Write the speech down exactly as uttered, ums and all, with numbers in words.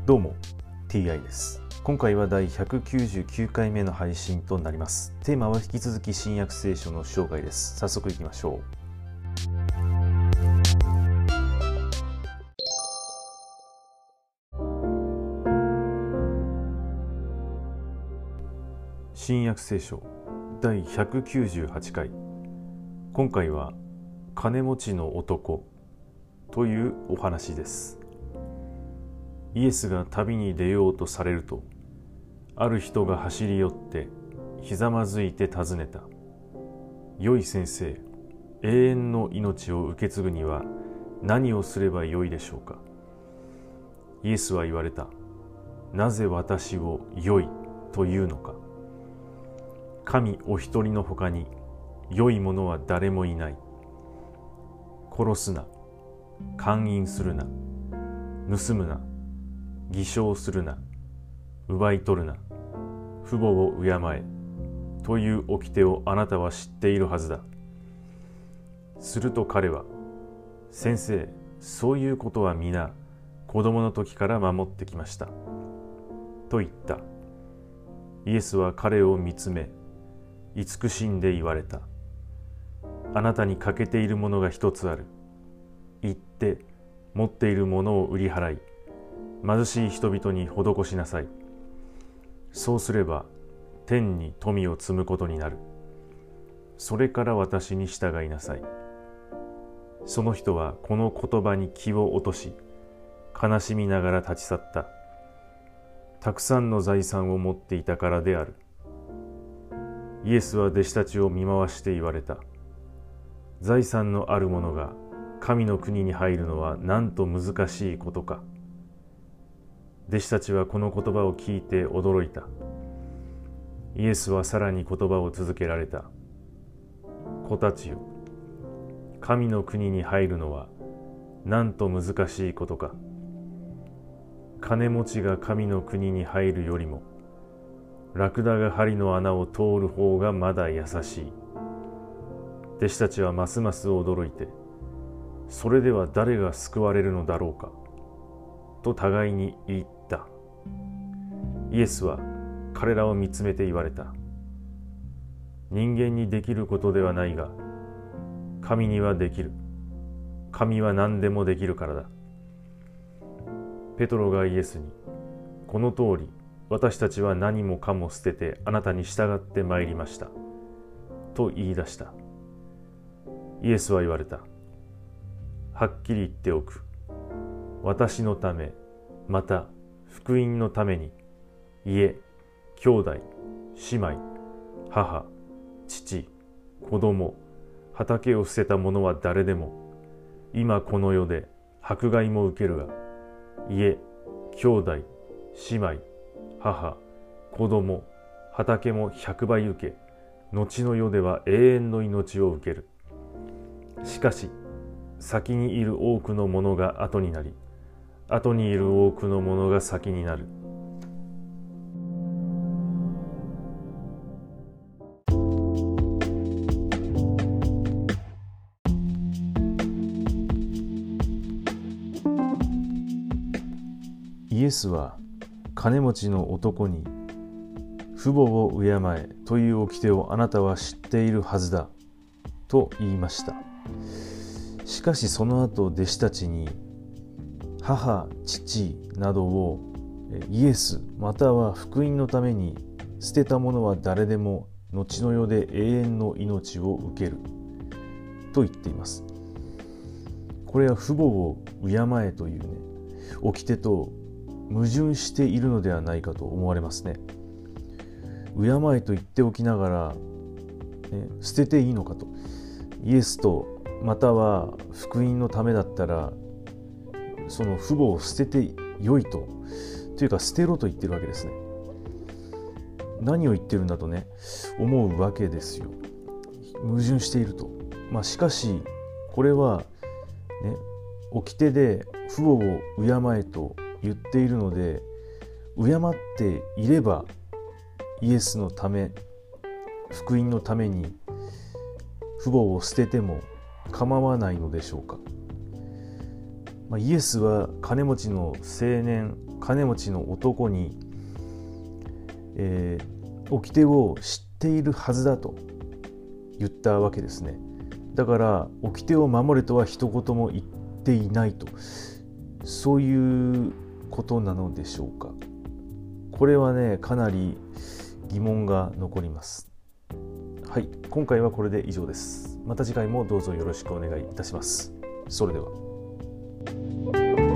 どうも ティーアイ です。今回はだいひゃくきゅうじゅうきゅうかいめの配信となります。テーマは引き続き新約聖書の紹介です。早速いきましょう。新約聖書だいひゃくきゅうじゅうはちかい。今回は金持ちの男というお話です。イエスが旅に出ようとされると、ある人が走り寄ってひざまずいて尋ねた。良い先生、永遠の命を受け継ぐには何をすればよいでしょうか。イエスは言われた。なぜ私を良いというのか。神お一人のほかに良いものは誰もいない。殺すな、姦淫するな、盗むな、偽証するな、奪い取るな、父母を敬えという掟をあなたは知っているはずだ。すると彼は、先生、そういうことは皆子供の時から守ってきましたと言った。イエスは彼を見つめ、慈しんで言われた。あなたに欠けているものが一つある。行って持っているものを売り払い、貧しい人々に施しなさい。そうすれば天に富を積むことになる。それから私に従いなさい。その人はこの言葉に気を落とし、悲しみながら立ち去った。たくさんの財産を持っていたからである。イエスは弟子たちを見回して言われた。財産のある者が神の国に入るのはなんと難しいことか。弟子たちはこの言葉を聞いて驚いた。イエスはさらに言葉を続けられた。子たちよ、神の国に入るのはなんと難しいことか。金持ちが神の国に入るよりも、ラクダが針の穴を通る方がまだ優しい。弟子たちはますます驚いて、それでは誰が救われるのだろうかと互いに言った。イエスは彼らを見つめて言われた。人間にできることではないが、神にはできる。神は何でもできるからだ。ペトロがイエスに、この通り、私たちは何もかも捨ててあなたに従ってまいりました。と言い出した。イエスは言われた。はっきり言っておく。私のため、また福音のために、家、兄弟、姉妹、母、父、子供、畑を捨てた者は誰でも、今この世で迫害も受けるが、家、兄弟、姉妹、母、子供、畑も百倍受け、後の世では永遠の命を受ける。しかし、先にいる多くの者が後になり、後にいる多くの者が先になる。イエスは金持ちの男に父母を敬えという掟をあなたは知っているはずだと言いました。しかしその後弟子たちに母、父などをイエスまたは福音のために捨てた者は誰でも後の世で永遠の命を受けると言っています。これは父母を敬えというね、掟と矛盾しているのではないかと思われますね。敬えと言っておきながら、ね、捨てていいのかと。イエスとまたは福音のためだったらその父母を捨ててよいとというか捨てろと言ってるわけですね。何を言ってるんだとね思うわけですよ。矛盾していると。まあしかしこれはね掟で父母を敬えと言っているので、敬っていればイエスのため福音のために父母を捨てても構わないのでしょうか。まあ、イエスは金持ちの青年金持ちの男に、えー、掟を知っているはずだと言ったわけですね。だから掟を守れとは一言も言っていないと、そういうことなのでしょうか。これはね、かなり疑問が残ります。はい、今回はこれで以上です。また次回もどうぞよろしくお願いいたします。それでは。